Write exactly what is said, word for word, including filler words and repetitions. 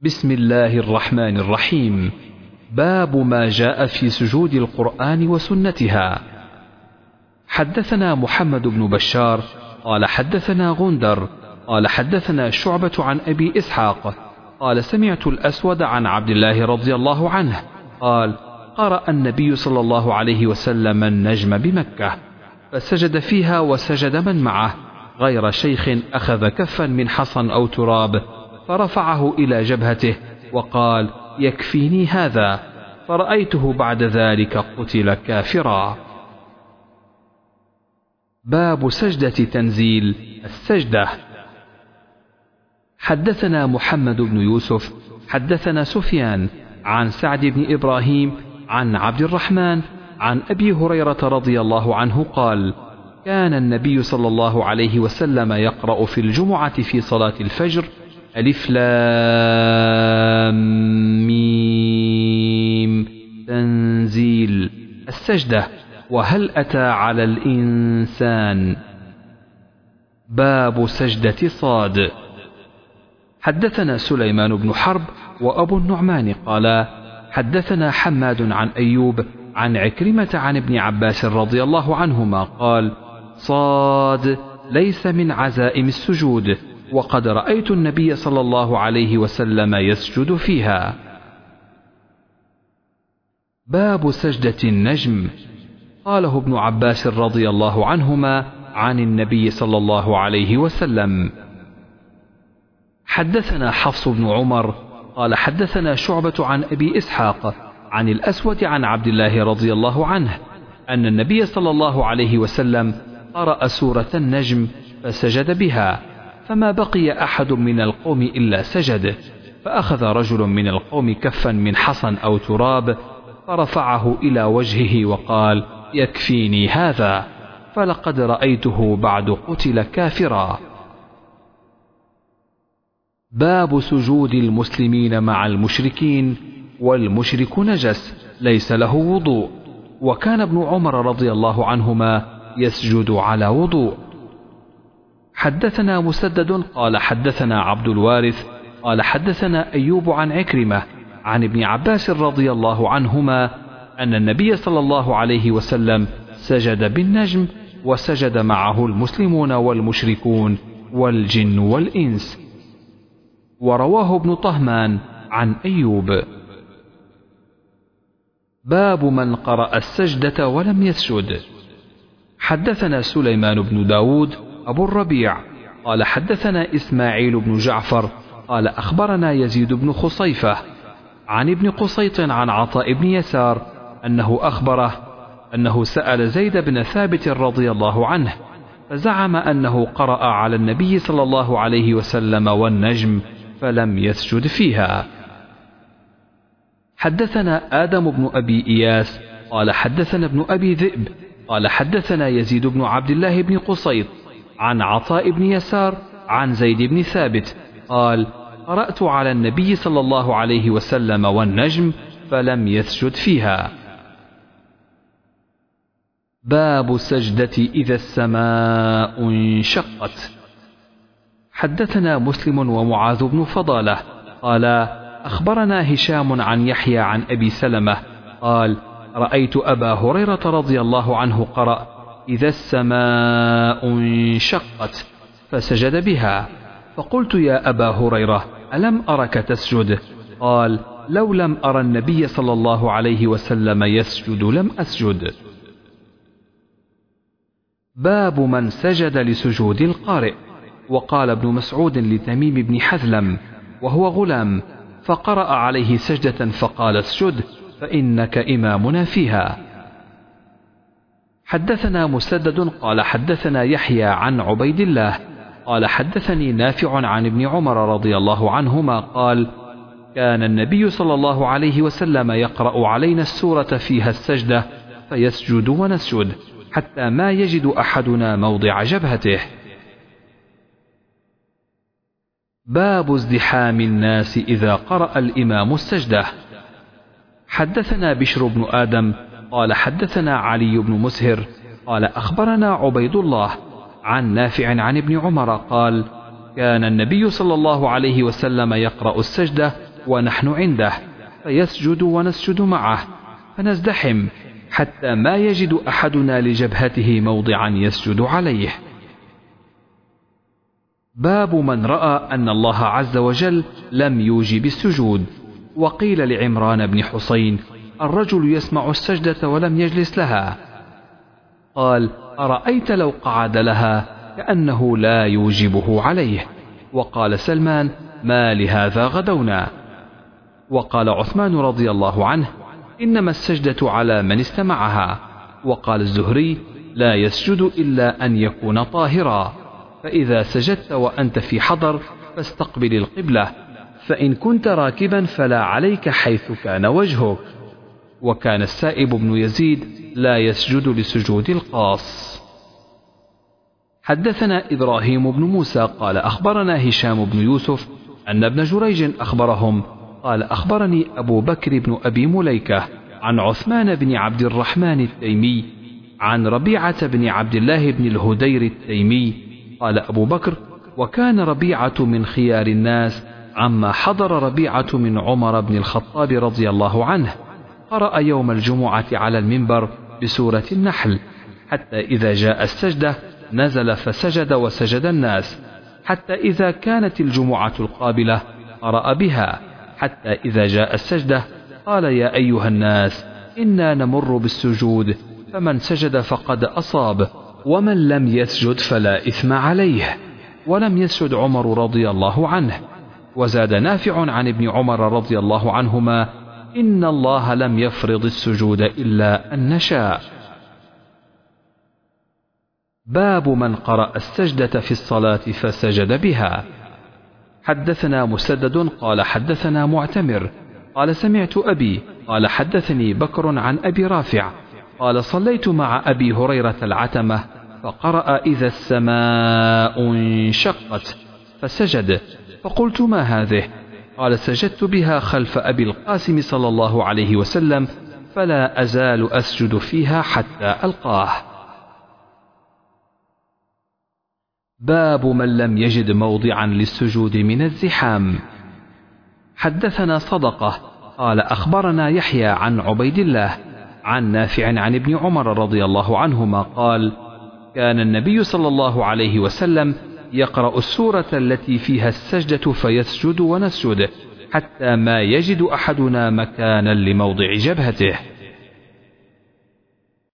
بسم الله الرحمن الرحيم. باب ما جاء في سجود القرآن وسنتها. حدثنا محمد بن بشار قال حدثنا غندر قال حدثنا شعبة عن أبي إسحاق قال سمعت الأسود عن عبد الله رضي الله عنه قال قرأ النبي صلى الله عليه وسلم النجم بمكة فسجد فيها وسجد من معه غير شيخ أخذ كفا من حصى أو تراب فرفعه إلى جبهته وقال يكفيني هذا، فرأيته بعد ذلك قتل كافرا. باب سجدة تنزيل السجدة. حدثنا محمد بن يوسف حدثنا سفيان عن سعد بن إبراهيم عن عبد الرحمن عن أبي هريرة رضي الله عنه قال كان النبي صلى الله عليه وسلم يقرأ في الجمعة في صلاة الفجر ألف لام ميم تنزيل السجدة وهل أتى على الإنسان. باب سجدة صاد. حدثنا سليمان بن حرب وأبو النعمان قال حدثنا حماد عن أيوب عن عكرمة عن ابن عباس رضي الله عنهما قال صاد ليس من عزائم السجود وقد رأيت النبي صلى الله عليه وسلم يسجد فيها. باب سجدة النجم. قاله ابن عباس رضي الله عنهما عن النبي صلى الله عليه وسلم. حدثنا حفص بن عمر قال حدثنا شعبة عن أبي إسحاق عن الأسود عن عبد الله رضي الله عنه أن النبي صلى الله عليه وسلم قرأ سورة النجم فسجد بها فما بقي أحد من القوم إلا سجد، فأخذ رجل من القوم كفا من حصى أو تراب فرفعه إلى وجهه وقال يكفيني هذا، فلقد رأيته بعد قتل كافرا. باب سجود المسلمين مع المشركين والمشرك نجس ليس له وضوء، وكان ابن عمر رضي الله عنهما يسجد على وضوء. حدثنا مسدد قال حدثنا عبد الوارث قال حدثنا أيوب عن عكرمة عن ابن عباس رضي الله عنهما أن النبي صلى الله عليه وسلم سجد بالنجم وسجد معه المسلمون والمشركون والجن والإنس. ورواه ابن طهمان عن أيوب. باب من قرأ السجدة ولم يسجد. حدثنا سليمان بن داود أبو الربيع قال حدثنا إسماعيل بن جعفر قال أخبرنا يزيد بن خصيفة عن ابن قصيط عن عطاء بن يسار أنه أخبره أنه سأل زيد بن ثابت رضي الله عنه فزعم أنه قرأ على النبي صلى الله عليه وسلم والنجم فلم يسجد فيها. حدثنا آدم بن أبي إياس قال حدثنا ابن أبي ذئب قال حدثنا يزيد بن عبد الله بن قصيط عن عطاء بن يسار عن زيد بن ثابت قال قرأت على النبي صلى الله عليه وسلم والنجم فلم يسجد فيها. باب السجدة إذا السماء انشقت. حدثنا مسلم ومعاذ بن فضالة قال أخبرنا هشام عن يحيى عن أبي سلمة قال رأيت أبا هريرة رضي الله عنه قرأ إذا السماء انشقت فسجد بها، فقلت يا أبا هريرة ألم أرك تسجد؟ قال لو لم أرى النبي صلى الله عليه وسلم يسجد لم أسجد. باب من سجد لسجود القارئ. وقال ابن مسعود لتميم بن حثلم وهو غلام فقرأ عليه سجدة فقال اسجد فإنك إمامنا فيها. حدثنا مسدد قال حدثنا يحيى عن عبيد الله قال حدثني نافع عن ابن عمر رضي الله عنهما قال كان النبي صلى الله عليه وسلم يقرأ علينا السورة فيها السجدة فيسجد ونسجد حتى ما يجد أحدنا موضع جبهته. باب ازدحام الناس إذا قرأ الإمام السجدة. حدثنا بشر بن آدم قال حدثنا علي بن مسهر قال أخبرنا عبيد الله عن نافع عن ابن عمر قال كان النبي صلى الله عليه وسلم يقرأ السجدة ونحن عنده، فيسجد ونسجد معه، فنزدحم حتى ما يجد أحدنا لجبهته موضعا يسجد عليه. باب من رأى أن الله عز وجل لم يوجب السجود. وقيل لعمران بن حسين: الرجل يسمع السجدة ولم يجلس لها، قال: أرأيت لو قعد لها كأنه لا يوجبه عليه. وقال سلمان: ما لهذا غدونا. وقال عثمان رضي الله عنه: إنما السجدة على من استمعها. وقال الزهري: لا يسجد إلا أن يكون طاهرا، فإذا سجدت وأنت في حضر فاستقبل القبلة، فإن كنت راكبا فلا عليك حيث كان وجهك. وكان السائب بن يزيد لا يسجد لسجود القاص. حدثنا إبراهيم بن موسى قال أخبرنا هشام بن يوسف أن ابن جريج أخبرهم قال أخبرني أبو بكر بن أبي مليكة عن عثمان بن عبد الرحمن التيمي عن ربيعة بن عبد الله بن الهدير التيمي قال أبو بكر: وكان ربيعة من خيار الناس عما حضر ربيعة من عمر بن الخطاب رضي الله عنه، قرأ يوم الجمعة على المنبر بسورة النحل، حتى إذا جاء السجدة نزل فسجد وسجد الناس، حتى إذا كانت الجمعة القابلة قرأ بها، حتى إذا جاء السجدة قال: يا أيها الناس إنا نمر بالسجود، فمن سجد فقد أصاب، ومن لم يسجد فلا إثم عليه. ولم يسجد عمر رضي الله عنه. وزاد نافع عن ابن عمر رضي الله عنهما: إن الله لم يفرض السجود إلا أن نشاء. باب من قرأ السجدة في الصلاة فسجد بها. حدثنا مسدد قال حدثنا معتمر قال سمعت أبي قال حدثني بكر عن أبي رافع قال صليت مع أبي هريرة العتمة فقرأ إذا السماء انشقت فسجد، فقلت: ما هذه؟ قال: سجدت بها خلف أبي القاسم صلى الله عليه وسلم، فلا أزال أسجد فيها حتى ألقاه. باب من لم يجد موضعا للسجود من الزحام. حدثنا صدقة قال أخبرنا يحيى عن عبيد الله عن نافع عن ابن عمر رضي الله عنهما قال: كان النبي صلى الله عليه وسلم يقرأ السورة التي فيها السجدة فيسجد ونسجد حتى ما يجد أحدنا مكانا لموضع جبهته.